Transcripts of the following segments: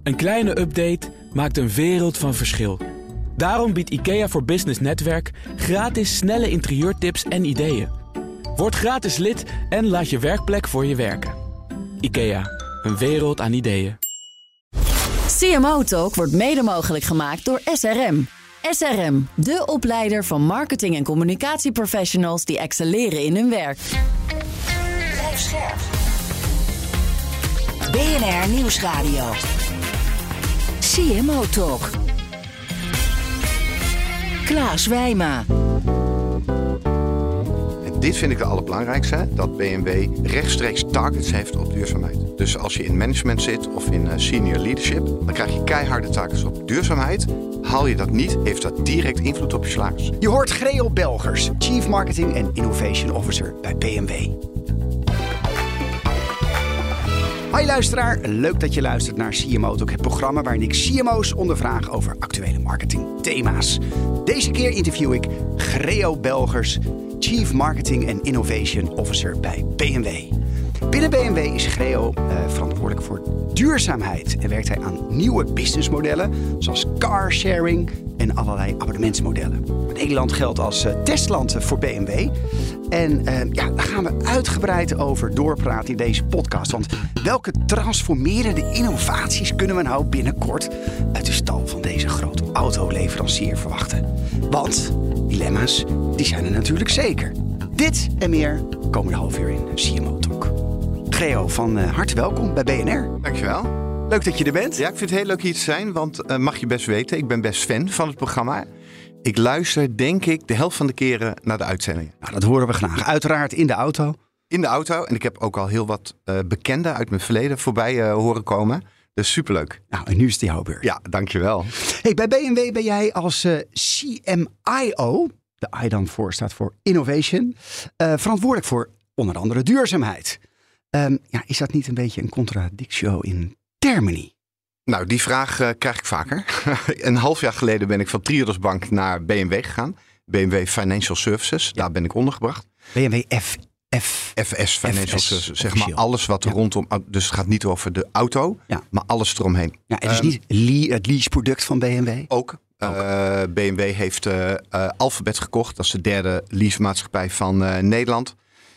Een kleine update maakt een wereld van verschil. Daarom biedt IKEA voor Business Netwerk gratis snelle interieurtips en ideeën. Word gratis lid en laat je werkplek voor je werken. IKEA, een wereld aan ideeën. CMO Talk wordt mede mogelijk gemaakt door SRM. SRM, de opleider van marketing- en communicatieprofessionals die excelleren in hun werk. Blijf scherp. BNR Nieuwsradio. CMO Talk. Klaas Wijma. Dit vind ik de allerbelangrijkste, dat BMW rechtstreeks targets heeft op duurzaamheid. Dus als je in management zit of in senior leadership, dan krijg je keiharde targets op duurzaamheid. Haal je dat niet, heeft dat direct invloed op je salaris. Je hoort Greo Belgers, Chief Marketing and Innovation Officer bij BMW. Hoi luisteraar, leuk dat je luistert naar CMO Talk, het programma waarin ik CMO's ondervraag over actuele marketingthema's. Deze keer interview ik Greo Belgers, Chief Marketing and Innovation Officer bij BMW. Binnen BMW is Greo verantwoordelijk voor duurzaamheid en werkt hij aan nieuwe businessmodellen zoals carsharing en allerlei abonnementsmodellen. Nederland geldt als testland voor BMW. En daar gaan we uitgebreid over doorpraten in deze podcast. Want welke transformerende innovaties kunnen we nou binnenkort uit de stal van deze grote autoleverancier verwachten? Want dilemma's, die zijn er natuurlijk zeker. Dit en meer komende half uur in CMO Talk. Greo, van harte welkom bij BNR. Dankjewel. Leuk dat je er bent. Ja, ik vind het heel leuk hier te zijn, want mag je best weten, ik ben best fan van het programma. Ik luister, denk ik, de helft van de keren naar de uitzendingen. Nou, dat horen we graag. Uiteraard in de auto. In de auto. En ik heb ook al heel wat bekenden uit mijn verleden voorbij horen komen. Dus superleuk. Nou, en nu is het jouw beurt. Ja, dankjewel. Hey, bij BMW ben jij als CMIO, de I dan voor staat voor Innovation, verantwoordelijk voor onder andere duurzaamheid. Is dat niet een beetje een contradictio in termini? Nou, die vraag krijg ik vaker. Een half jaar geleden ben ik van Triodos Bank naar BMW gegaan. BMW Financial Services, daar ben ik ondergebracht. BMW FS Financial Services, zeg maar officieel. alles wat er rondom... Dus het gaat niet over de auto, maar alles eromheen. Ja, het is niet het leaseproduct van BMW? Ook. BMW heeft Alphabet gekocht. Dat is de derde leasemaatschappij van Nederland.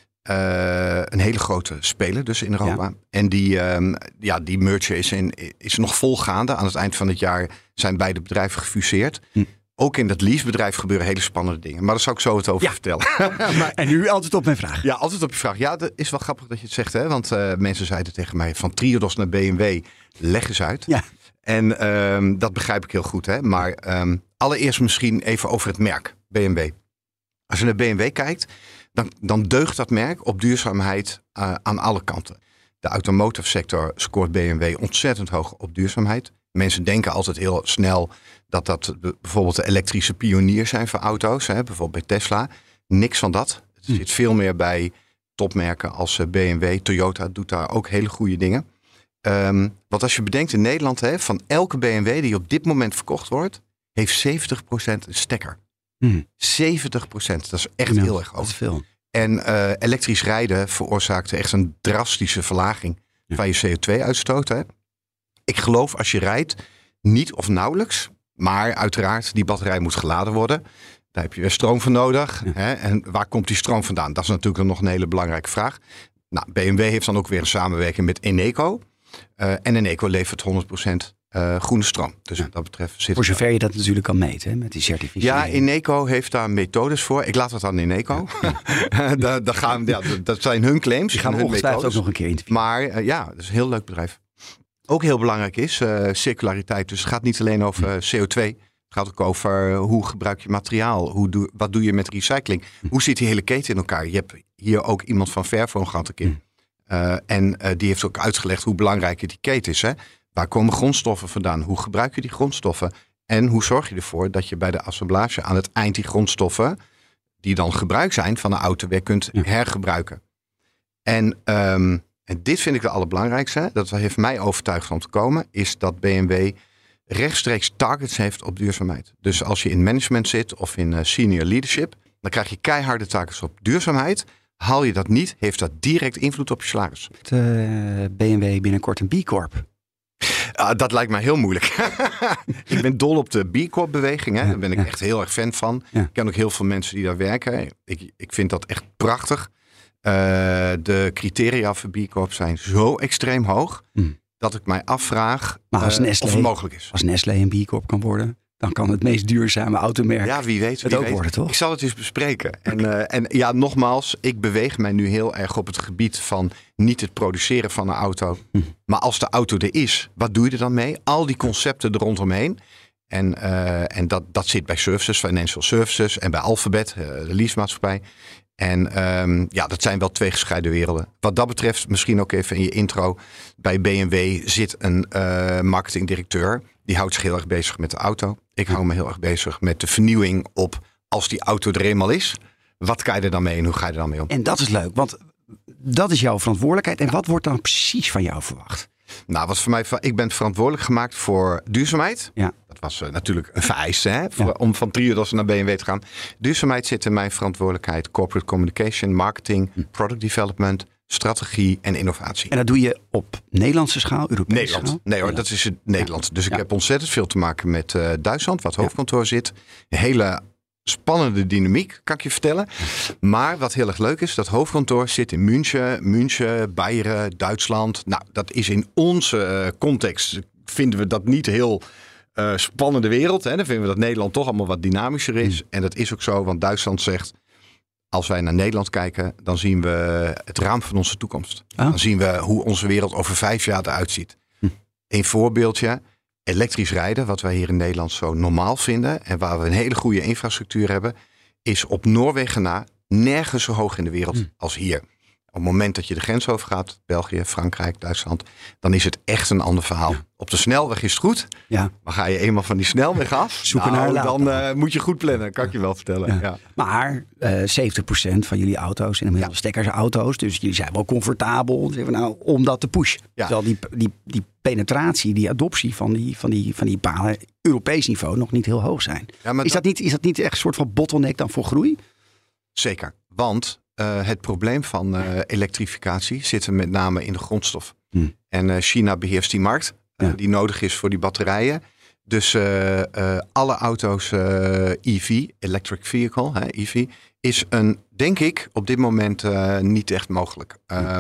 Een hele grote speler dus in Europa. Ja. En die merger is nog volgaande. Aan het eind van het jaar zijn beide bedrijven gefuseerd. Ook in dat leasebedrijf gebeuren hele spannende dingen. Maar daar zou ik zo het over vertellen. En nu altijd op mijn vraag. Ja, altijd op je vraag. Ja, dat is wel grappig dat je het zegt. Hè? Want mensen zeiden tegen mij van Triodos naar BMW, leg eens uit. Ja. En dat begrijp ik heel goed. Hè? Maar allereerst misschien even over het merk BMW. Als je naar BMW kijkt, dan deugt dat merk op duurzaamheid aan alle kanten. De automotive sector scoort BMW ontzettend hoog op duurzaamheid. Mensen denken altijd heel snel dat bijvoorbeeld de elektrische pioniers zijn voor auto's. Hè, bijvoorbeeld bij Tesla. Niks van dat. Het zit veel meer bij topmerken als BMW. Toyota doet daar ook hele goede dingen. Want als je bedenkt in Nederland, hè, van elke BMW die op dit moment verkocht wordt, heeft 70% een stekker. 70%, dat is echt heel erg hoog. Dat is veel. En elektrisch rijden veroorzaakt echt een drastische verlaging van je CO2-uitstoot. Hè? Ik geloof als je rijdt, niet of nauwelijks. Maar uiteraard, die batterij moet geladen worden. Daar heb je weer stroom voor nodig. Ja. Hè? En waar komt die stroom vandaan? Dat is natuurlijk nog een hele belangrijke vraag. Nou, BMW heeft dan ook weer een samenwerking met Eneco. En Eneco levert 100% groene stroom. Dus wat dat betreft zit voor zover je dat natuurlijk kan meten, hè, met die certificering. Ja, Eneco heeft daar methodes voor. Ik laat het aan Eneco. Dat zijn hun claims. Die gaan we ongetwijfeld ook nog een keer interviewen. Maar dat is een heel leuk bedrijf. Ook heel belangrijk is circulariteit. Dus het gaat niet alleen over CO2. Het gaat ook over hoe gebruik je materiaal. Wat doe je met recycling? Hoe zit die hele keten in elkaar? Je hebt hier ook iemand van Fairphone gehad een keer. Die heeft ook uitgelegd hoe belangrijk die keten is. Hè? Waar komen grondstoffen vandaan? Hoe gebruik je die grondstoffen? En hoe zorg je ervoor dat je bij de assemblage aan het eind die grondstoffen, die dan gebruikt zijn van een auto, weer kunt hergebruiken? En dit vind ik de allerbelangrijkste. Dat heeft mij overtuigd om te komen. Is dat BMW rechtstreeks targets heeft op duurzaamheid. Dus als je in management zit of in senior leadership, dan krijg je keiharde targets op duurzaamheid. Haal je dat niet, heeft dat direct invloed op je salaris. BMW binnenkort een B Corp. Dat lijkt mij heel moeilijk. Ik ben dol op de B Corp beweging. Hè? Daar ben ik echt heel erg fan van. Ik ken ook heel veel mensen die daar werken. Ik vind dat echt prachtig. De criteria voor B Corp zijn zo extreem hoog... dat ik mij afvraag of het mogelijk is. Als Nestlé een B Corp kan worden... dan kan het meest duurzame automerk wie weet, het ook worden, toch? Ik zal het eens bespreken. En nogmaals, ik beweeg mij nu heel erg op het gebied van niet het produceren van een auto. Maar als de auto er is, wat doe je er dan mee? Al die concepten er rondomheen. En dat zit bij services, financial services en bij Alphabet, de leasemaatschappij. En dat zijn wel twee gescheiden werelden. Wat dat betreft, misschien ook even in je intro. Bij BMW zit een marketingdirecteur. Die houdt zich heel erg bezig met de auto. Ik hou me heel erg bezig met de vernieuwing op als die auto er eenmaal is. Wat kan je er dan mee en hoe ga je er dan mee om? En dat is leuk, want dat is jouw verantwoordelijkheid. En wat wordt dan precies van jou verwacht? Nou, wat voor mij, ik ben verantwoordelijk gemaakt voor duurzaamheid. Ja. Dat was natuurlijk een vereiste om van Triodos naar BMW te gaan. Duurzaamheid zit in mijn verantwoordelijkheid. Corporate communication, marketing, product development, strategie en innovatie. En dat doe je op Nederlandse schaal, Europese schaal? Nee hoor, dat is het Nederland. Ja. Dus ik heb ontzettend veel te maken met Duitsland, wat hoofdkantoor zit. Een hele spannende dynamiek, kan ik je vertellen. Maar wat heel erg leuk is, dat hoofdkantoor zit in München, Beieren, Duitsland. Nou, dat is in onze context, vinden we dat niet heel spannende wereld. Hè? Dan vinden we dat Nederland toch allemaal wat dynamischer is. En dat is ook zo, want Duitsland zegt, als wij naar Nederland kijken, dan zien we het raam van onze toekomst. Dan zien we hoe onze wereld over 5 jaar eruit ziet. Een voorbeeldje. Elektrisch rijden, wat wij hier in Nederland zo normaal vinden en waar we een hele goede infrastructuur hebben, is op Noorwegen na nergens zo hoog in de wereld als hier. Op het moment dat je de grens overgaat, België, Frankrijk, Duitsland, dan is het echt een ander verhaal. Ja. Op de snelweg is het goed, maar ga je eenmaal van die snelweg af, dan moet je goed plannen, kan ik je wel vertellen. Ja. Ja. Maar 70% van jullie auto's, en inmiddels stekkers auto's, dus jullie zijn wel comfortabel om dat te pushen. Ja. Terwijl die penetratie, die adoptie van die palen, Europees niveau nog niet heel hoog zijn. Ja, is dat niet echt een soort van bottleneck dan voor groei? Zeker, want het probleem van elektrificatie zit er met name in de grondstof. En China beheerst die markt die nodig is voor die batterijen. Dus alle auto's EV, electric vehicle, EV, is denk ik, op dit moment niet echt mogelijk.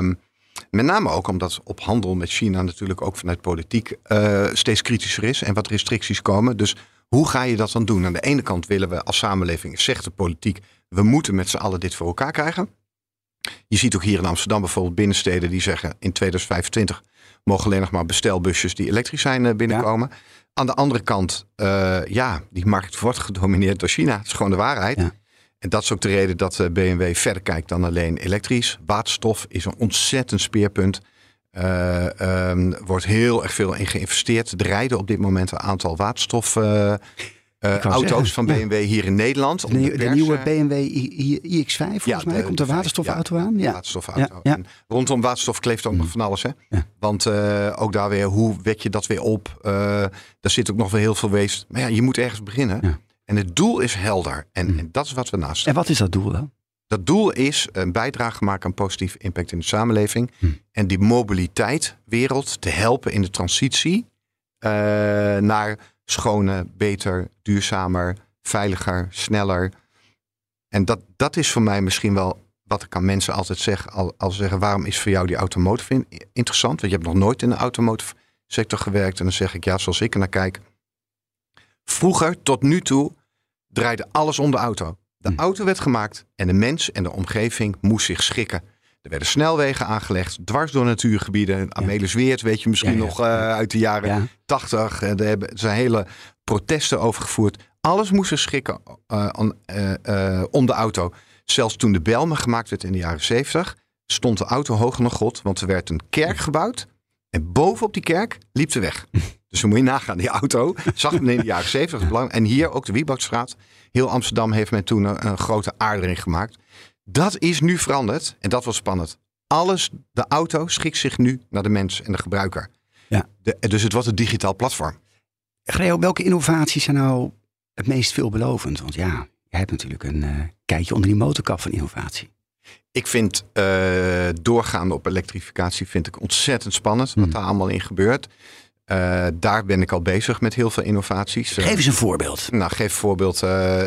Met name ook omdat op handel met China natuurlijk ook vanuit politiek steeds kritischer is en wat restricties komen. Dus hoe ga je dat dan doen? Aan de ene kant willen we als samenleving, zegt de politiek, we moeten met z'n allen dit voor elkaar krijgen. Je ziet ook hier in Amsterdam bijvoorbeeld binnensteden die zeggen in 2025 mogen alleen nog maar bestelbusjes die elektrisch zijn binnenkomen. Ja. Aan de andere kant, die markt wordt gedomineerd door China. Dat is gewoon de waarheid. Ja. En dat is ook de reden dat BMW verder kijkt dan alleen elektrisch. Waterstof is een ontzettend speerpunt. Wordt heel erg veel in geïnvesteerd. Er rijden op dit moment een aantal waterstof auto's van BMW hier in Nederland. De nieuwe BMW iX5 volgens mij komt de waterstofauto aan. Ja, waterstofauto. Ja. En rondom waterstof kleeft ook nog van alles. Hè? Ja. Want ook daar weer, hoe wek je dat weer op? Daar zit ook nog wel heel veel wees. Maar ja, je moet ergens beginnen. Ja. En het doel is helder. En dat is wat we naast. En wat is dat doel dan? Dat doel is een bijdrage maken aan positieve impact in de samenleving. En die mobiliteitwereld te helpen in de transitie naar schone, beter, duurzamer, veiliger, sneller. En dat is voor mij misschien wel wat ik aan mensen altijd zeg. Al zeggen, waarom is voor jou die automotive interessant? Want je hebt nog nooit in de automotive sector gewerkt. En dan zeg ik, zoals ik er naar kijk. Vroeger, tot nu toe, draaide alles om de auto. De auto werd gemaakt en de mens en de omgeving moest zich schikken. Er werden snelwegen aangelegd, dwars door natuurgebieden. Amelisweert, weet je misschien nog uit de jaren 80. Er zijn hele protesten over gevoerd. Alles moest zich schikken om de auto. Zelfs toen de Bijlmer gemaakt werd in de jaren 70... stond de auto hoger dan God. Want er werd een kerk gebouwd. En bovenop die kerk liep de weg. Dus dan moet je nagaan. Die auto zag men in de jaren 70. En hier ook de Wiebakstraat. Heel Amsterdam heeft men toen een grote aardering gemaakt. Dat is nu veranderd en dat was spannend. De auto schikt zich nu naar de mens en de gebruiker. Ja. Dus het was een digitaal platform. Greo, welke innovaties zijn nou het meest veelbelovend? Want jij hebt natuurlijk een kijkje onder die motorkap van innovatie. Ik vind doorgaan op elektrificatie vind ik ontzettend spannend. Wat daar allemaal in gebeurt. Daar ben ik al bezig met heel veel innovaties. Geef eens een voorbeeld. Geef een voorbeeld.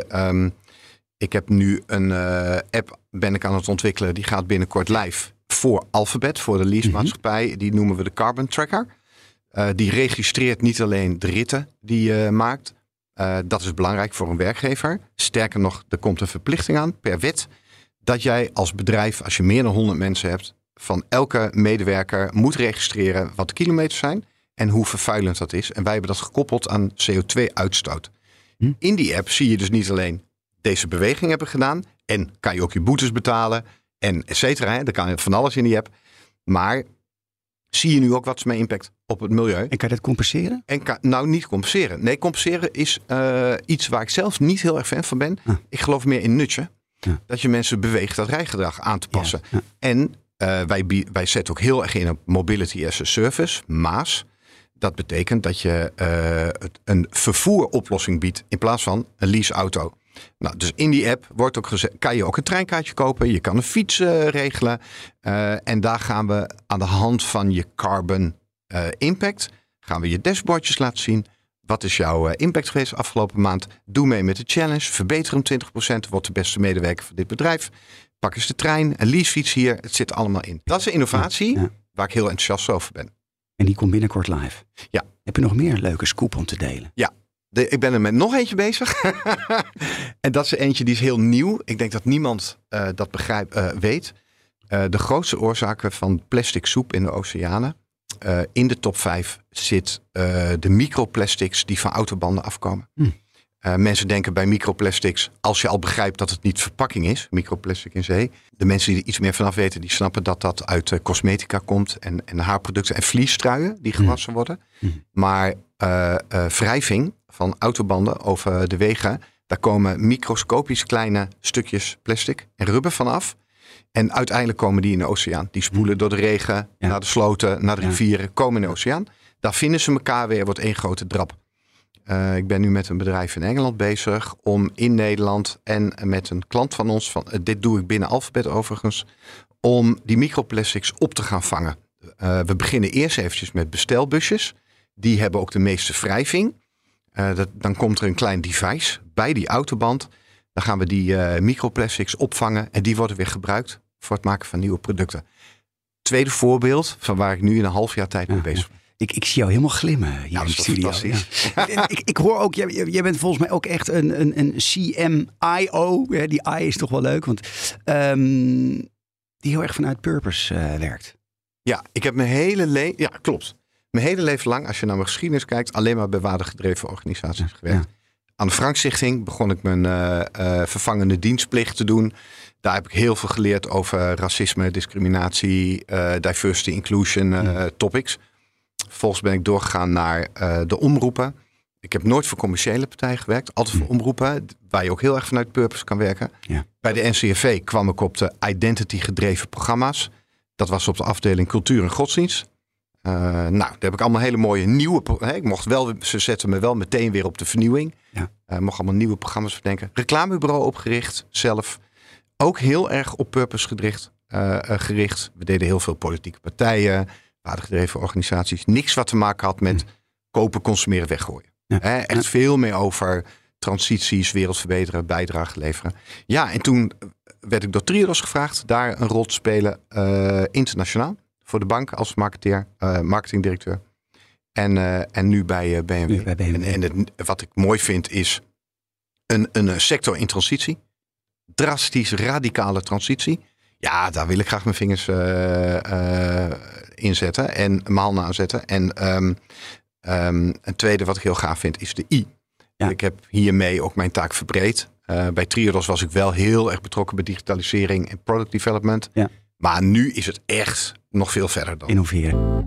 Ik heb nu een app ben ik aan het ontwikkelen. Die gaat binnenkort live voor Alphabet, voor de leasemaatschappij. Die noemen we de Carbon Tracker. Die registreert niet alleen de ritten die je maakt. Dat is belangrijk voor een werkgever. Sterker nog, er komt een verplichting aan per wet. Dat jij als bedrijf, als je meer dan 100 mensen hebt, van elke medewerker moet registreren wat de kilometers zijn en hoe vervuilend dat is. En wij hebben dat gekoppeld aan CO2-uitstoot. In die app zie je dus niet alleen deze beweging hebben gedaan en kan je ook je boetes betalen en et cetera. Dan kan je van alles in die app. Maar zie je nu ook wat is mijn impact op het milieu? En kan je dat compenseren? Niet compenseren. Nee, compenseren is iets waar ik zelf niet heel erg fan van ben. Ik geloof meer in nudgen. Dat je mensen beweegt dat rijgedrag aan te passen. Ja. En wij zetten ook heel erg in op Mobility as a Service, MaaS. Dat betekent dat je een vervoeroplossing biedt in plaats van een leaseauto. Dus in die app wordt ook gezegd, kan je ook een treinkaartje kopen. Je kan een fiets regelen. En daar gaan we aan de hand van je carbon impact, gaan we je dashboardjes laten zien. Wat is jouw impact geweest afgelopen maand? Doe mee met de challenge. Verbeter hem 20%. Word de beste medewerker van dit bedrijf. Pak eens de trein. Een leasefiets hier. Het zit allemaal in. Dat is een innovatie waar ik heel enthousiast over ben. En die komt binnenkort live. Ja. Heb je nog meer leuke scoop om te delen? Ja. Ik ben er met nog eentje bezig. En dat is eentje die is heel nieuw. Ik denk dat niemand dat weet. De grootste oorzaken van plastic soep in de oceanen. In de top 5 zit de microplastics die van autobanden afkomen. Mensen denken bij microplastics, als je al begrijpt dat het niet verpakking is, microplastic in zee. De mensen die er iets meer vanaf weten, die snappen dat dat uit cosmetica komt en haarproducten en vliestruien die gewassen worden. Maar wrijving van autobanden over de wegen, daar komen microscopisch kleine stukjes plastic en rubber vanaf. En uiteindelijk komen die in de oceaan. Die spoelen door de regen, naar de sloten, naar de rivieren, komen in de oceaan. Daar vinden ze elkaar weer, wordt één grote drap. Ik ben nu met een bedrijf in Engeland bezig om in Nederland en met een klant van ons, dit doe ik binnen Alphabet overigens, om die microplastics op te gaan vangen. We beginnen eerst eventjes met bestelbusjes. Die hebben ook de meeste wrijving. Dan komt er een klein device bij die autoband. Dan gaan we die microplastics opvangen en die worden weer gebruikt voor het maken van nieuwe producten. Tweede voorbeeld van waar ik nu in een half jaar tijd mee bezig ben. Ik zie jou helemaal glimmen hier in de studio. Fantastisch. Ja. Ik hoor ook, jij bent volgens mij ook echt een CMIO. Die I is toch wel leuk, want die heel erg vanuit purpose werkt. Ja, ik heb mijn hele leven... Ja, klopt. Mijn hele leven lang, als je naar mijn geschiedenis kijkt, alleen maar bij waardegedreven organisaties gewerkt. Ja. Aan de Frank Stichting begon ik mijn vervangende dienstplicht te doen. Daar heb ik heel veel geleerd over racisme, discriminatie, diversity, inclusion topics. Vervolgens ben ik doorgegaan naar de omroepen. Ik heb nooit voor commerciële partijen gewerkt. Altijd voor omroepen, waar je ook heel erg vanuit purpose kan werken. Ja. Bij de NCRV kwam ik op de identity gedreven programma's. Dat was op de afdeling cultuur en godsdienst. Daar heb ik allemaal hele mooie nieuwe... Ze zetten me wel meteen weer op de vernieuwing. Ja. Mocht allemaal nieuwe programma's bedenken. Reclamebureau opgericht, zelf. Ook heel erg op purpose gericht. We deden heel veel politieke partijen, waardegedreven organisaties. Niks wat te maken had met kopen, consumeren, weggooien. Ja. Echt veel meer over transities, wereld verbeteren, bijdrage leveren. Ja, en toen werd ik door Triodos gevraagd daar een rol te spelen internationaal. Voor de bank als marketingdirecteur. En nu bij BMW. En wat ik mooi vind is een sector in transitie. Drastisch, radicale transitie. Ja, daar wil ik graag mijn vingers inzetten. En mijn handen aan zetten. En een tweede wat ik heel gaaf vind is de I. Ja. Ik heb hiermee ook mijn taak verbreed. Bij Triodos was ik wel heel erg betrokken bij digitalisering en product development. Ja. Maar nu is het echt nog veel verder dan. Innoveren.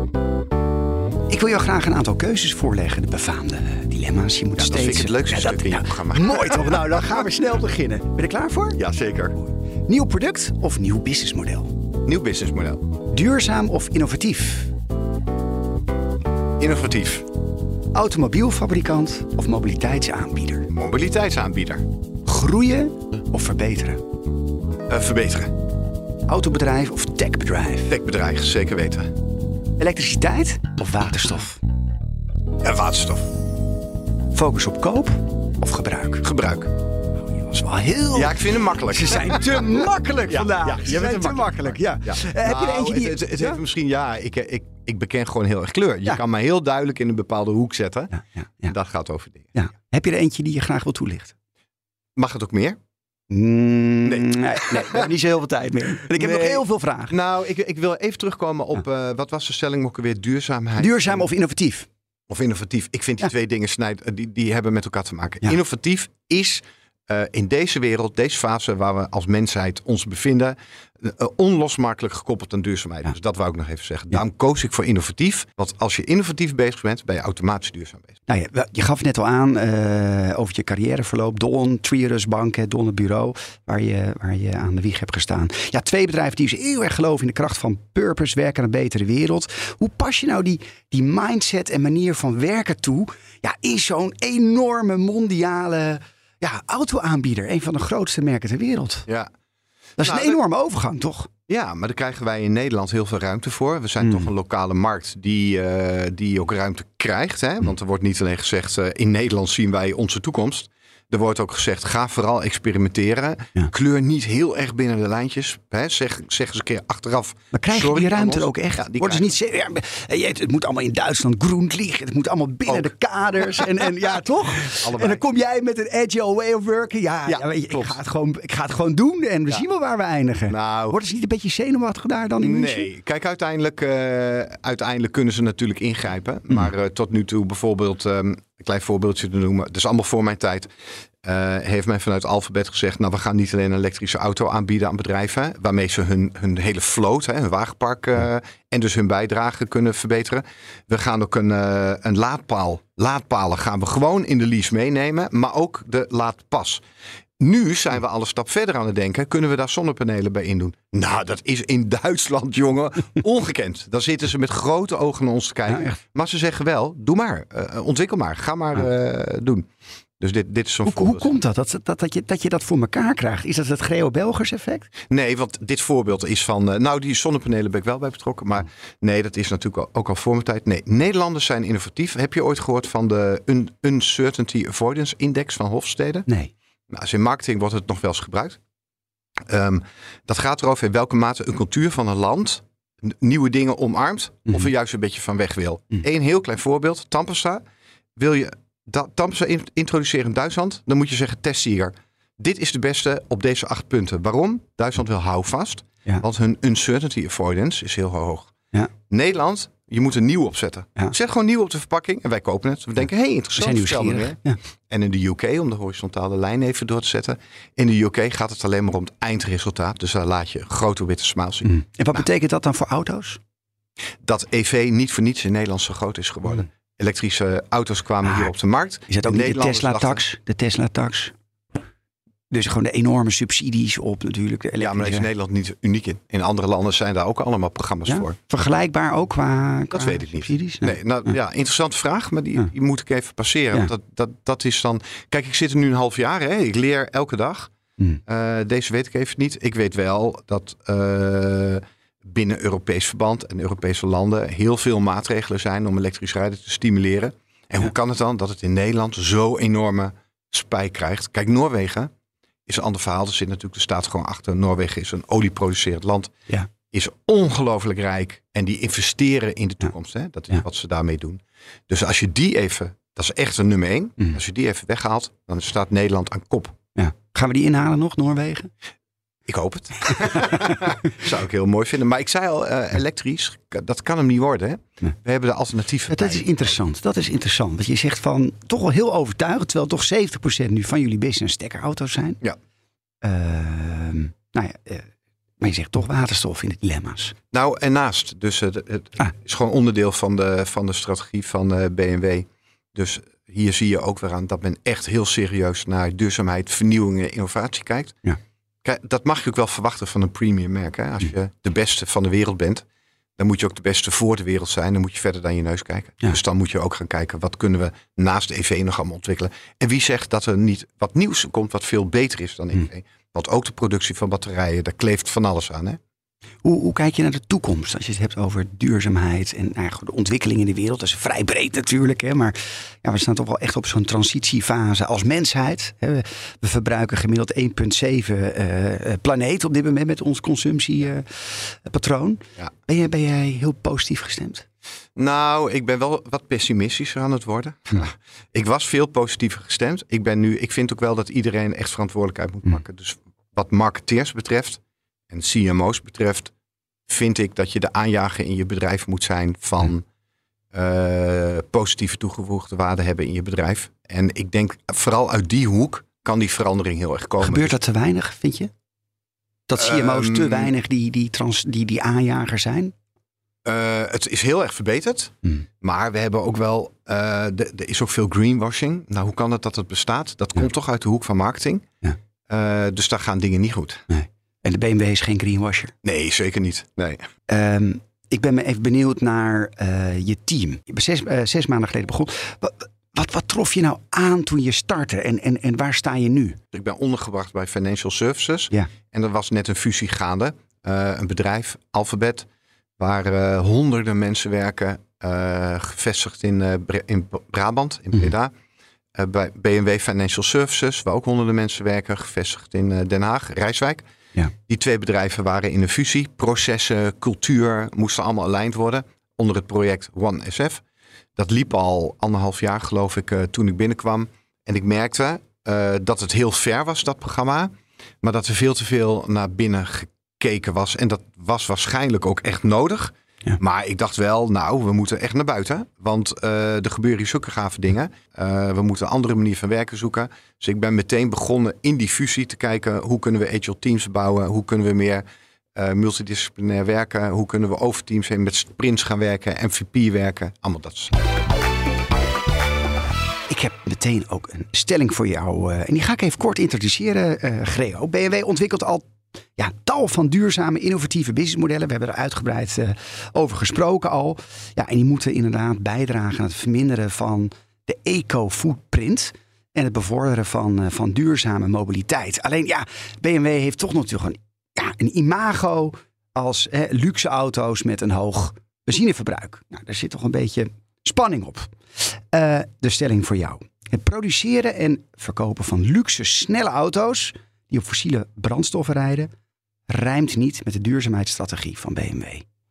Ik wil jou graag een aantal keuzes voorleggen. De befaamde dilemma's. Je moet steeds... Dat vind ik het leukste stuk in je programma. Mooi toch? Nou, dan gaan we snel beginnen. Ben je er klaar voor? Ja, zeker. Nieuw product of nieuw businessmodel? Nieuw businessmodel. Duurzaam of innovatief? Innovatief. Automobielfabrikant of mobiliteitsaanbieder? Mobiliteitsaanbieder. Groeien of verbeteren? Verbeteren. Autobedrijf of techbedrijf? Techbedrijf, zeker weten. Elektriciteit of waterstof? waterstof. Focus op koop of gebruik? Gebruik. Dat is wel heel... Ja, ik vind hem makkelijk. Ze zijn te makkelijk vandaag. Ja, Ze zijn te makkelijk. Ja. Ja. Heb je er eentje die... Het heeft misschien... Ja, ik beken gewoon heel erg kleur. Je kan mij heel duidelijk in een bepaalde hoek zetten. Ja. En dat gaat over dingen. Ja. Heb je er eentje die je graag wil toelichten? Mag het ook meer? Nee, we hebben niet zo heel veel tijd meer. En ik heb nog heel veel vragen. Nou, ik wil even terugkomen op... wat was de stelling ook alweer? Duurzaamheid. Duurzaam of innovatief? Of innovatief. Ik vind die twee dingen die hebben met elkaar te maken. Ja. Innovatief is in deze wereld, deze fase waar we als mensheid ons bevinden, onlosmakelijk gekoppeld aan duurzaamheid. Ja. Dus dat wou ik nog even zeggen. Daarom koos ik voor innovatief. Want als je innovatief bezig bent, ben je automatisch duurzaam bezig. Nou ja, je gaf het net al aan over je carrièreverloop. Don, Triodos Bank, Don het bureau, waar je aan de wieg hebt gestaan. Ja, 2 bedrijven die dus heel erg geloven in de kracht van purpose, werken aan een betere wereld. Hoe pas je nou die mindset en manier van werken toe in zo'n enorme mondiale auto-aanbieder? Een van de grootste merken ter wereld. Ja. Dat is een enorme overgang, toch? Ja, maar daar krijgen wij in Nederland heel veel ruimte voor. We zijn toch een lokale markt die ook ruimte krijgt. Hè? Want er wordt niet alleen gezegd, in Nederland zien wij onze toekomst. Er wordt ook gezegd, ga vooral experimenteren. Ja. Kleur niet heel erg binnen de lijntjes. Hè? Zeg eens een keer achteraf. Maar krijg je die ruimte ook echt? Ja, wordt dus niet het moet allemaal in Duitsland groen liggen. Het moet allemaal binnen de kaders. En ja, toch? Allebei. En dan kom jij met een agile way of working. Weet je, ik ga het gewoon doen. En we zien wel waar we eindigen. Nou, wordt het niet een beetje zenuwachtig daar dan in München? Nee, kijk, uiteindelijk kunnen ze natuurlijk ingrijpen. Maar tot nu toe bijvoorbeeld... een klein voorbeeldje te noemen. Dat is allemaal voor mijn tijd. Heeft men vanuit Alphabet gezegd... nou, we gaan niet alleen een elektrische auto aanbieden aan bedrijven... waarmee ze hun hele vloot, hun wagenpark... en dus hun bijdrage kunnen verbeteren. We gaan ook een laadpaal. Laadpalen gaan we gewoon in de lease meenemen... maar ook de laadpas. Nu zijn we al een stap verder aan het denken. Kunnen we daar zonnepanelen bij indoen? Nou, dat is in Duitsland, jongen, ongekend. Dan zitten ze met grote ogen naar ons te kijken. Ja, maar ze zeggen wel, doe maar. Ontwikkel maar. Ga maar doen. Dus dit is zo'n voorbeeld. Hoe komt dat je dat voor elkaar krijgt? Is dat het Greo-Belgers effect? Nee, want dit voorbeeld is van... die zonnepanelen ben ik wel bij betrokken. Maar nee, dat is natuurlijk ook al voor mijn tijd. Nee, Nederlanders zijn innovatief. Heb je ooit gehoord van de Uncertainty Avoidance Index van Hofstede? Nee. Nou, dus in marketing wordt het nog wel eens gebruikt. Dat gaat erover in welke mate een cultuur van een land nieuwe dingen omarmt of er juist een beetje van weg wil. Eén heel klein voorbeeld. Thampesta. Wil je Thampesta introduceren in Duitsland, dan moet je zeggen test hier. Dit is de beste op deze 8 punten. Waarom? Duitsland wil houvast. Ja. Want hun uncertainty avoidance is heel hoog. Ja. Nederland, je moet een nieuw opzetten. Ja. Zet gewoon nieuw op de verpakking en wij kopen het. We denken, interessant. We zijn nieuwsgierig. Ja. En in de UK, om de horizontale lijn even door te zetten. In de UK gaat het alleen maar om het eindresultaat. Dus daar laat je grote witte smiles zien. En wat betekent dat dan voor auto's? Dat EV niet voor niets in Nederland zo groot is geworden. Elektrische auto's kwamen hier op de markt. Is dat ook niet de Tesla-tax? Dus gewoon de enorme subsidies op natuurlijk. Ja, maar daar is Nederland niet uniek in. In andere landen zijn daar ook allemaal programma's voor. Vergelijkbaar ook qua dat weet ik niet. Subsidies? Nee, interessante vraag, maar die moet ik even passeren. Want dat is dan... Kijk, ik zit er nu een half jaar. Hè? Ik leer elke dag. Deze weet ik even niet. Ik weet wel dat binnen Europees verband en Europese landen heel veel maatregelen zijn om elektrisch rijden te stimuleren. En hoe kan het dan dat het in Nederland zo enorme spijk krijgt? Kijk, Noorwegen is een ander verhaal. Er zit natuurlijk de staat gewoon achter. Noorwegen is een olieproducerend land. Ja. Is ongelooflijk rijk. En die investeren in de toekomst. Hè? Dat is wat ze daarmee doen. Dus als je die even... Dat is echt een nummer 1. Als je die even weghaalt, dan staat Nederland aan kop. Ja. Gaan we die inhalen nog, Noorwegen? Ik hoop het. Zou ik heel mooi vinden. Maar ik zei al, elektrisch, dat kan hem niet worden. Hè? Nee. We hebben de alternatieven. Dat is interessant. Want je zegt van, toch wel heel overtuigend, terwijl toch 70% nu van jullie business stekkerauto's zijn. Ja. Maar je zegt toch waterstof in de dilemma's. Nou, en naast. Dus het is gewoon onderdeel van de strategie van BMW. Dus hier zie je ook weer aan dat men echt heel serieus naar duurzaamheid, vernieuwing en innovatie kijkt. Ja. Kijk, dat mag je ook wel verwachten van een premium merk. Hè? Als je de beste van de wereld bent, dan moet je ook de beste voor de wereld zijn. Dan moet je verder dan je neus kijken. Ja. Dus dan moet je ook gaan kijken, wat kunnen we naast de EV nog allemaal ontwikkelen. En wie zegt dat er niet wat nieuws komt wat veel beter is dan EV. Want ook de productie van batterijen, daar kleeft van alles aan. Hè? Hoe kijk je naar de toekomst als je het hebt over duurzaamheid en de ontwikkeling in de wereld? Dat is vrij breed natuurlijk, hè, maar we staan toch wel echt op zo'n transitiefase als mensheid. We verbruiken gemiddeld 1,7 planeet op dit moment met ons consumptiepatroon. Ja. Ben jij heel positief gestemd? Nou, ik ben wel wat pessimistischer aan het worden. Ik was veel positiever gestemd. Ik vind ook wel dat iedereen echt verantwoordelijkheid moet pakken. Dus wat marketeers betreft en CMO's betreft, vind ik dat je de aanjager in je bedrijf moet zijn van positieve toegevoegde waarde hebben in je bedrijf. En ik denk vooral uit die hoek kan die verandering heel erg komen. Gebeurt dat te weinig, vind je? Dat CMO's te weinig die aanjager zijn? Het is heel erg verbeterd. Maar we hebben ook wel, er is ook veel greenwashing. Nou, hoe kan het dat het bestaat? Dat komt toch uit de hoek van marketing. Ja. Dus daar gaan dingen niet goed. Nee. En de BMW is geen greenwasher? Nee, zeker niet. Nee. Ik ben me even benieuwd naar je team. Je bent 6 maanden geleden begonnen. Wat trof je nou aan toen je startte en waar sta je nu? Ik ben ondergebracht bij Financial Services. Ja. En er was net een fusie gaande. Een bedrijf, Alphabet, waar honderden mensen werken. Gevestigd in Brabant, in Breda. Bij BMW Financial Services, waar ook honderden mensen werken. Gevestigd in Den Haag, Rijswijk. Ja. Die 2 bedrijven waren in een fusie. Processen, cultuur moesten allemaal aligned worden onder het project OneSF. Dat liep al 1,5 jaar, geloof ik, toen ik binnenkwam. En ik merkte dat het heel ver was, dat programma. Maar dat er veel te veel naar binnen gekeken was. En dat was waarschijnlijk ook echt nodig. Ja. Maar ik dacht wel, we moeten echt naar buiten. Want er gebeuren hier zulke gave dingen. We moeten een andere manier van werken zoeken. Dus ik ben meteen begonnen in die fusie te kijken. Hoe kunnen we agile teams bouwen? Hoe kunnen we meer multidisciplinair werken? Hoe kunnen we over teams heen met sprints gaan werken? MVP werken? Allemaal dat soort. Ik heb meteen ook een stelling voor jou. En die ga ik even kort introduceren. Greo, BMW ontwikkelt al tal van duurzame, innovatieve businessmodellen. We hebben er uitgebreid over gesproken al. Ja, en die moeten inderdaad bijdragen aan het verminderen van de eco-footprint en het bevorderen van duurzame mobiliteit. Alleen BMW heeft toch natuurlijk een imago als luxe auto's met een hoog benzineverbruik. Nou, daar zit toch een beetje spanning op. De stelling voor jou. Het produceren en verkopen van luxe, snelle auto's die op fossiele brandstoffen rijden, rijmt niet met de duurzaamheidsstrategie van BMW.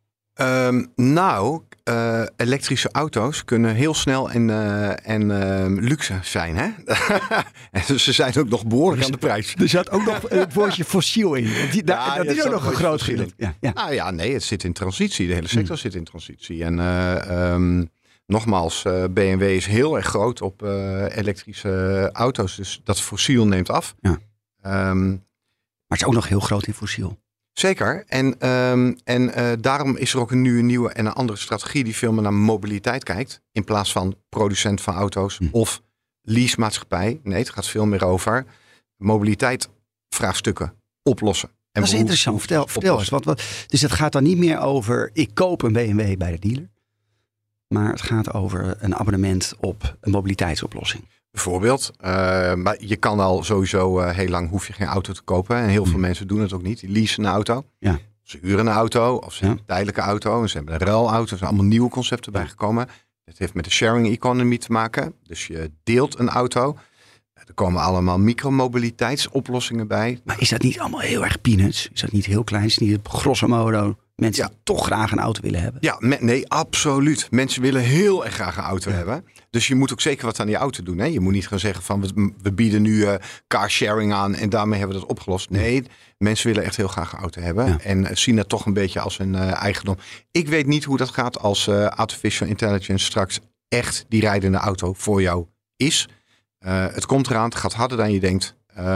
Elektrische auto's kunnen heel snel en luxe zijn. Hè? En ze zijn ook nog behoorlijk aan de prijs. Er zat ook nog het woordje fossiel in. Dat is ook nog een groot verschil. Ja. Het zit in transitie. De hele sector zit in transitie. En nogmaals, BMW is heel erg groot op elektrische auto's. Dus dat fossiel neemt af. Ja. Maar het is ook nog heel groot in fossiel. Zeker. En daarom is er ook nu een nieuwe en een andere strategie die veel meer naar mobiliteit kijkt. In plaats van producent van auto's of leasemaatschappij. Nee, het gaat veel meer over mobiliteit vraagstukken oplossen. En dat is interessant. Vertel eens. Dus het gaat dan niet meer over ik koop een BMW bij de dealer. Maar het gaat over een abonnement op een mobiliteitsoplossing. Bijvoorbeeld. Maar je kan al sowieso heel lang hoef je geen auto te kopen. En heel veel mensen doen het ook niet. Die leasen een auto. Ja. Ze huren een auto of ze hebben een tijdelijke auto. En ze hebben een ruilauto. Er zijn allemaal nieuwe concepten bijgekomen. Het heeft met de sharing economy te maken. Dus je deelt een auto. Er komen allemaal micromobiliteitsoplossingen bij. Maar is dat niet allemaal heel erg peanuts? Is dat niet heel klein? Is het niet grosso modo mensen die toch graag een auto willen hebben? Ja, nee, absoluut. Mensen willen heel erg graag een auto hebben. Dus je moet ook zeker wat aan die auto doen. Hè? Je moet niet gaan zeggen van we bieden nu carsharing aan en daarmee hebben we dat opgelost. Nee, mensen willen echt heel graag een auto hebben. Ja. En zien dat toch een beetje als hun eigendom. Ik weet niet hoe dat gaat als artificial intelligence straks echt die rijdende auto voor jou is. Het komt eraan, het gaat harder dan je denkt.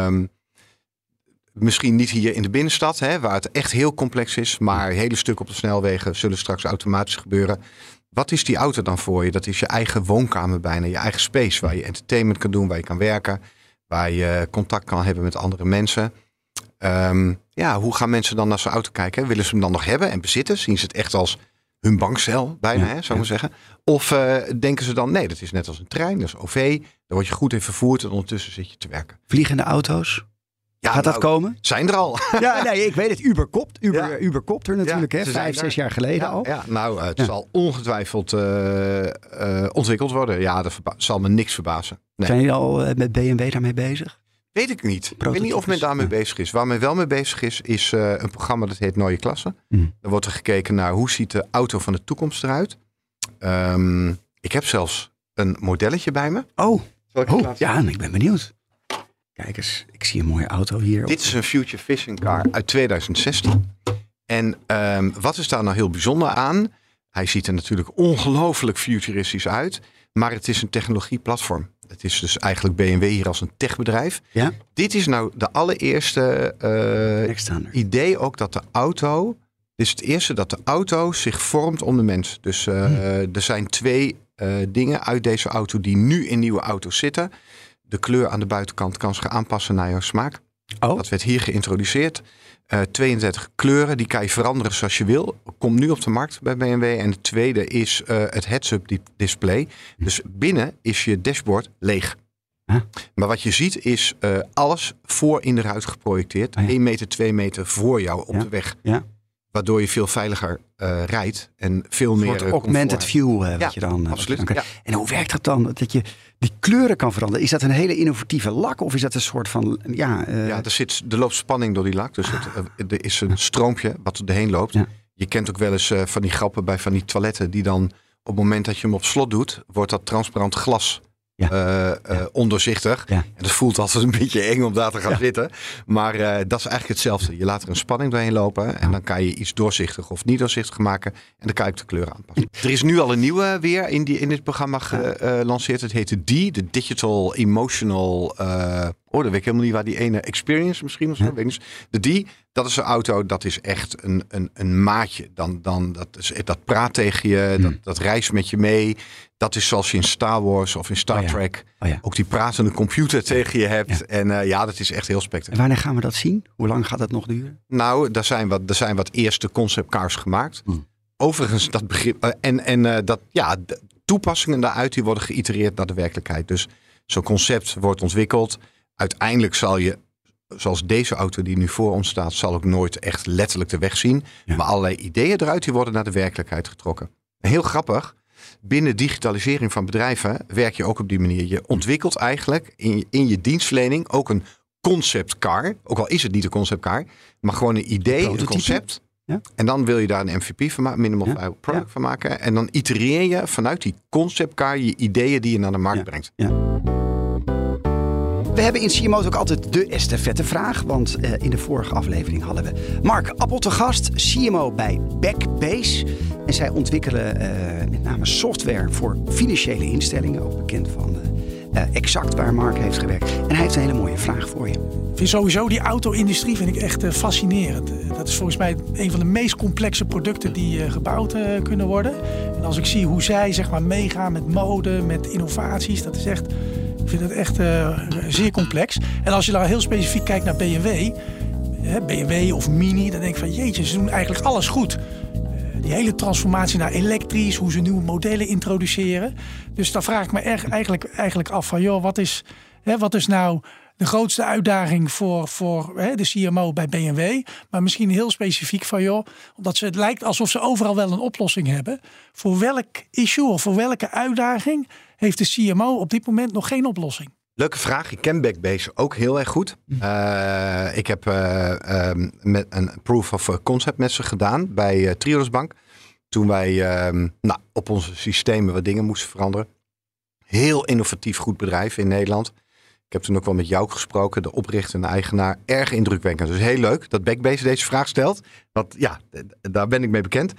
Misschien niet hier in de binnenstad, waar het echt heel complex is. Maar hele stukken op de snelwegen zullen straks automatisch gebeuren. Wat is die auto dan voor je? Dat is je eigen woonkamer bijna, je eigen space. Waar je entertainment kan doen, waar je kan werken. Waar je contact kan hebben met andere mensen. Hoe gaan mensen dan naar zo'n auto kijken? Willen ze hem dan nog hebben en bezitten? Zien ze het echt als hun bankcel bijna, zou ik zeggen? Of denken ze dan, nee, dat is net als een trein, dat is OV. Daar word je goed in vervoerd en ondertussen zit je te werken. Vliegende auto's? Ja, Gaat dat komen? Zijn er al. Ja, nee, ik weet het. Ubercopter natuurlijk, hè? 5-6 jaar geleden al. Ja, nou, het zal ongetwijfeld ontwikkeld worden. Ja, dat zal me niks verbazen. Nee. Zijn jullie al met BMW daarmee bezig? Weet ik niet. Ik weet niet of men daarmee bezig is. Waar men wel mee bezig is een programma dat heet Neue Klasse. Dan wordt er gekeken naar hoe ziet de auto van de toekomst eruit. Ik heb zelfs een modelletje bij me. Ja, ik ben benieuwd. Kijk eens, ik zie een mooie auto hier. Dit is een Future Vision car uit 2016. En wat is daar nou heel bijzonder aan? Hij ziet er natuurlijk ongelooflijk futuristisch uit. Maar het is een technologieplatform. Het is dus eigenlijk BMW hier als een techbedrijf. Ja? Dit is nou de allereerste idee ook dat de auto... Dit is het eerste dat de auto zich vormt om de mens. Dus er zijn 2 dingen uit deze auto die nu in nieuwe auto's zitten. De kleur aan de buitenkant kan zich aanpassen naar jouw smaak. Dat werd hier geïntroduceerd. 32 kleuren, die kan je veranderen zoals je wil. Komt nu op de markt bij BMW. En het tweede is het heads-up display. Dus binnen is je dashboard leeg. Maar wat je ziet is alles voor in de ruit geprojecteerd. 1 meter, 2 meter voor jou op de weg. Ja. Waardoor je veel veiliger rijdt en veel meer comfort. Augmented view wat je dan... absoluut. Dan en hoe werkt dat dan? Dat je die kleuren kan veranderen. Is dat een hele innovatieve lak? Of is dat een soort van... Ja, er loopt spanning door die lak. Dus er is een stroompje wat erheen loopt. Ja. Je kent ook wel eens van die grappen bij van die toiletten. Die dan op het moment dat je hem op slot doet, wordt dat transparant glas ondoorzichtig. Ja. En dat voelt altijd een beetje eng om daar te gaan zitten. Maar dat is eigenlijk hetzelfde. Je laat er een spanning doorheen lopen. En dan kan je iets doorzichtig of niet doorzichtig maken. En dan kan je ook de kleur aanpassen. Er is nu al een nieuwe weer in dit programma gelanceerd. Het heet de Digital Emotional... dan weet ik helemaal niet waar die ene Experience misschien of zo. De dat is een auto, dat is echt een maatje. Dan dat praat tegen je, dat reist met je mee. Dat is zoals je in Star Wars of in Star Trek ook die pratende computer tegen je hebt. Ja. En dat is echt heel spectaculair. En wanneer gaan we dat zien? Hoe lang gaat dat nog duren? Nou, er zijn wat eerste conceptcars gemaakt. Overigens, dat begrip... de toepassingen daaruit die worden geïtereerd naar de werkelijkheid. Dus zo'n concept wordt ontwikkeld. Uiteindelijk zal je, zoals deze auto die nu voor ons staat, zal ook nooit echt letterlijk de weg zien. Ja. Maar allerlei ideeën eruit die worden naar de werkelijkheid getrokken. Heel grappig, binnen digitalisering van bedrijven werk je ook op die manier. Je ontwikkelt eigenlijk in je dienstverlening ook een conceptcar. Ook al is het niet een conceptcar, maar gewoon een idee, een concept. Ja? En dan wil je daar een MVP van maken, minimal viable product van maken. En dan itereer je vanuit die conceptcar je ideeën die je naar de markt brengt. Ja. We hebben in CMO ook altijd de estafettevraag. Want in de vorige aflevering hadden we Mark Appel te gast. CMO bij Backbase. En zij ontwikkelen met name software voor financiële instellingen. Ook bekend van Exact, waar Mark heeft gewerkt. En hij heeft een hele mooie vraag voor je. Ik vind sowieso die auto-industrie vind ik echt fascinerend. Dat is volgens mij een van de meest complexe producten die gebouwd kunnen worden. En als ik zie hoe zij zeg maar meegaan met mode, met innovaties. Dat is echt... Ik vind het echt zeer complex. En als je dan heel specifiek kijkt naar BMW of Mini, dan denk ik van jeetje, ze doen eigenlijk alles goed. Die hele transformatie naar elektrisch, hoe ze nieuwe modellen introduceren. Dus dan vraag ik me eigenlijk af van joh, wat is nou de grootste uitdaging voor de CMO bij BMW? Maar misschien heel specifiek van joh, omdat het lijkt alsof ze overal wel een oplossing hebben. Voor welk issue of voor welke uitdaging heeft de CMO op dit moment nog geen oplossing? Leuke vraag. Ik ken Backbase ook heel erg goed. Ik heb met een proof of concept met ze gedaan bij Triodos Bank. Toen wij op onze systemen wat dingen moesten veranderen. Heel innovatief goed bedrijf in Nederland. Ik heb toen ook wel met jou gesproken, de oprichter en de eigenaar. Erg indrukwekkend. Dus heel leuk dat Backbase deze vraag stelt. Want daar ben ik mee bekend.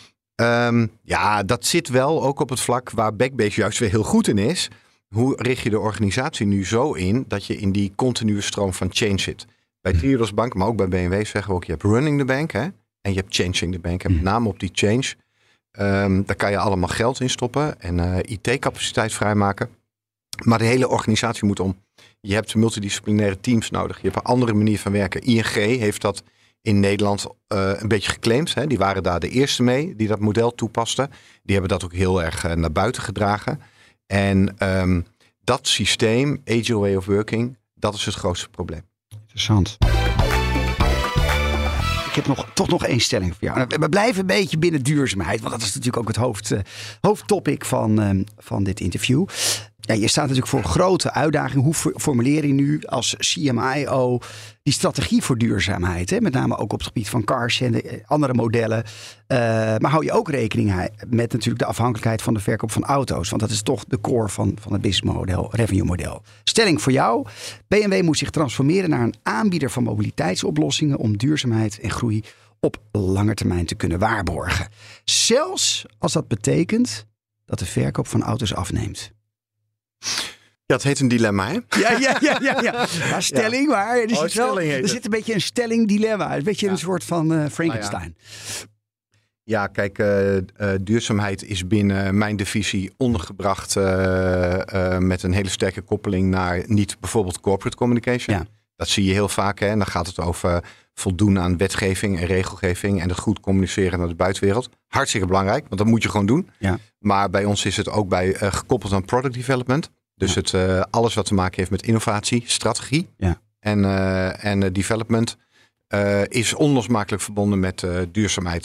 Dat zit wel ook op het vlak waar Backbase juist weer heel goed in is. Hoe richt je de organisatie nu zo in dat je in die continue stroom van change zit? Bij Triodos Bank, maar ook bij BMW zeggen we ook, je hebt running the bank en je hebt changing the bank. En met name op die change, daar kan je allemaal geld in stoppen en IT-capaciteit vrijmaken. Maar de hele organisatie moet om. Je hebt multidisciplinaire teams nodig. Je hebt een andere manier van werken. ING heeft dat in Nederland een beetje geclaimd. Hè? Die waren daar de eerste mee die dat model toepasten. Die hebben dat ook heel erg naar buiten gedragen. En dat systeem, agile way of working, dat is het grootste probleem. Interessant. Ik heb toch nog 1 stelling voor jou. We blijven een beetje binnen duurzaamheid. Want dat is natuurlijk ook het hoofdtopic van dit interview. Ja, je staat natuurlijk voor grote uitdagingen. Hoe formuleer je nu als CMIO die strategie voor duurzaamheid? Hè? Met name ook op het gebied van cars en de andere modellen. Maar hou je ook rekening met natuurlijk de afhankelijkheid van de verkoop van auto's. Want dat is toch de core van het businessmodel, revenue model. Stelling voor jou. BMW moet zich transformeren naar een aanbieder van mobiliteitsoplossingen om duurzaamheid en groei op lange termijn te kunnen waarborgen. Zelfs als dat betekent dat de verkoop van auto's afneemt. Ja, het heet een dilemma, hè? Ja. Stelling, maar er zit een beetje een stelling-dilemma. Een beetje een soort van Frankenstein. Ja, kijk, duurzaamheid is binnen mijn divisie ondergebracht met een hele sterke koppeling naar niet bijvoorbeeld corporate communication. Ja. Dat zie je heel vaak, hè? En dan gaat het over voldoen aan wetgeving en regelgeving en het goed communiceren naar de buitenwereld. Hartstikke belangrijk, want dat moet je gewoon doen. Ja. Maar bij ons is het ook bij gekoppeld aan product development. Dus alles wat te maken heeft met innovatie, strategie en development is onlosmakelijk verbonden met duurzaamheid.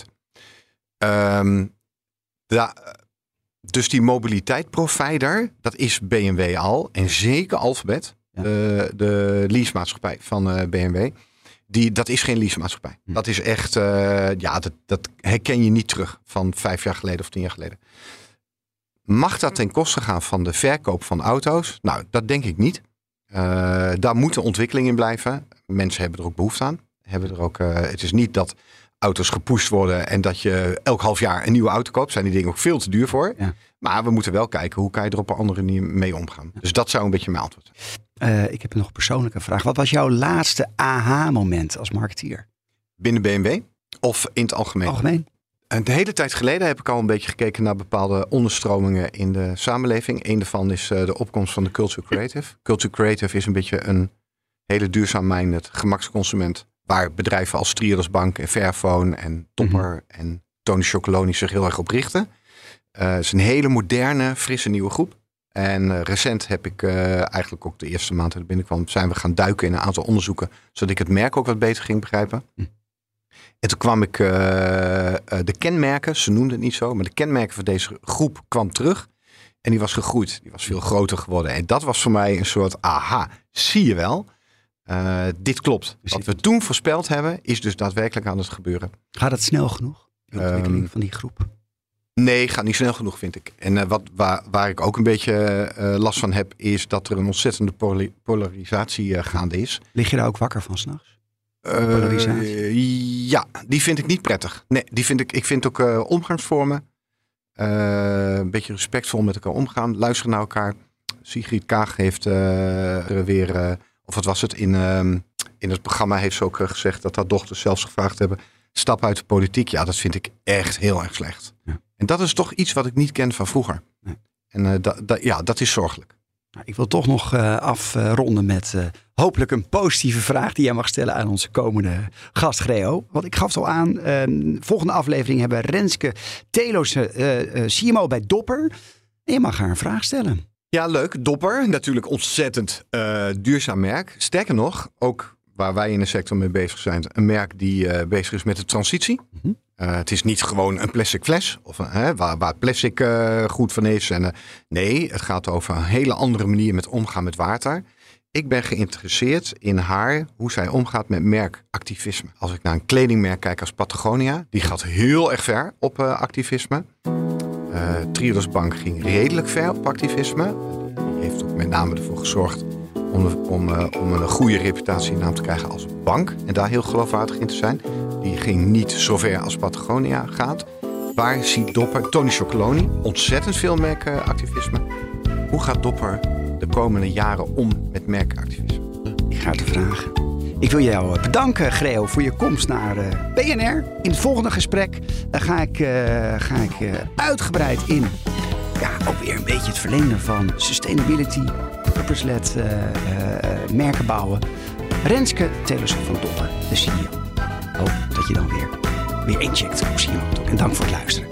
Dus die mobiliteitsprovider, dat is BMW al. En zeker Alphabet, de leasemaatschappij van BMW. Dat is geen leasemaatschappij. Dat is echt, dat herken je niet terug van 5 jaar geleden of 10 jaar geleden. Mag dat ten koste gaan van de verkoop van auto's? Nou, dat denk ik niet. Daar moet een ontwikkeling in blijven. Mensen hebben er ook behoefte aan. Het is niet dat auto's gepusht worden en dat je elk half jaar een nieuwe auto koopt. Zijn die dingen ook veel te duur voor. Ja. Maar we moeten wel kijken hoe kan je er op een andere manier mee omgaan. Dus dat zou een beetje mijn antwoord zijn. Ik heb nog een persoonlijke vraag. Wat was jouw laatste aha-moment als marketeer? Binnen BMW of in het algemeen? En de hele tijd geleden heb ik al een beetje gekeken naar bepaalde onderstromingen in de samenleving. Eén daarvan is de opkomst van de Culture Creative. Culture Creative is een beetje een hele duurzaam-minded gemaksconsument. Waar bedrijven als Triodos Bank en Fairphone en Topper en Tony Chocolonely zich heel erg op richten. Het is een hele moderne, frisse nieuwe groep. En recent heb ik eigenlijk ook de eerste maand dat ik binnenkwam, zijn we gaan duiken in een aantal onderzoeken. Zodat ik het merk ook wat beter ging begrijpen. En toen kwam ik de kenmerken, ze noemden het niet zo, maar de kenmerken van deze groep kwam terug. En die was gegroeid, die was veel groter geworden. En dat was voor mij een soort aha, zie je wel. Dit klopt. Wat we toen voorspeld hebben, is dus daadwerkelijk aan het gebeuren. Gaat het snel genoeg, de ontwikkeling van die groep? Nee, gaat niet snel genoeg, vind ik. En waar ik ook een beetje last van heb, is dat er een ontzettende polarisatie gaande is. Lig je daar ook wakker van 's nachts? Ja, die vind ik niet prettig. Nee, ik vind ook omgangsvormen. Een beetje respectvol met elkaar omgaan. Luisteren naar elkaar. Sigrid Kaag heeft weer... of wat was het? In het programma heeft ze ook gezegd dat haar dochters zelfs gevraagd hebben. Stap uit de politiek. Ja, dat vind ik echt heel erg slecht. Ja. En dat is toch iets wat ik niet ken van vroeger. Nee. En dat is zorgelijk. Nou, ik wil toch nog afronden met hopelijk een positieve vraag die jij mag stellen aan onze komende gast Greo. Want ik gaf het al aan, volgende aflevering hebben we Renske Telosen, CMO bij Dopper. En je mag haar een vraag stellen. Ja, leuk. Dopper, natuurlijk ontzettend duurzaam merk. Sterker nog, ook waar wij in de sector mee bezig zijn, een merk die bezig is met de transitie. Mm-hmm. Het is niet gewoon een plastic fles of waar plastic goed van is. Nee, het gaat over een hele andere manier met omgaan met water. Ik ben geïnteresseerd in hoe zij omgaat met merkactivisme. Als ik naar een kledingmerk kijk als Patagonia, die gaat heel erg ver op activisme. Triodos Bank ging redelijk ver op activisme. Die heeft ook met name ervoor gezorgd om een goede reputatienaam te krijgen als bank. En daar heel geloofwaardig in te zijn. Die ging niet zo ver als Patagonia gaat. Waar ziet Dopper, Tony Chocolonely, ontzettend veel merkactivisme. Hoe gaat Dopper de komende jaren om met merkactivisme? Ik ga het vragen. Ik wil jou bedanken, Greo, voor je komst naar BNR. In het volgende gesprek ga ik uitgebreid in. Ja, ook weer een beetje het verlengde van sustainability, purpose-led merken bouwen. Renske Telosen van Dopper, de CEO. Hoop dat je dan weer incheckt op CMO Talk. En dank voor het luisteren.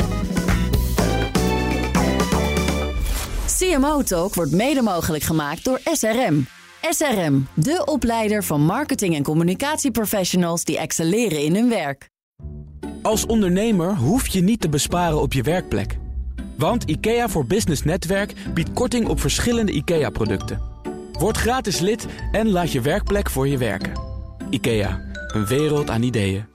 CMO Talk wordt mede mogelijk gemaakt door SRM. SRM, de opleider van marketing- en communicatieprofessionals die excelleren in hun werk. Als ondernemer hoef je niet te besparen op je werkplek. Want IKEA voor Business Netwerk biedt korting op verschillende IKEA-producten. Word gratis lid en laat je werkplek voor je werken. IKEA, een wereld aan ideeën.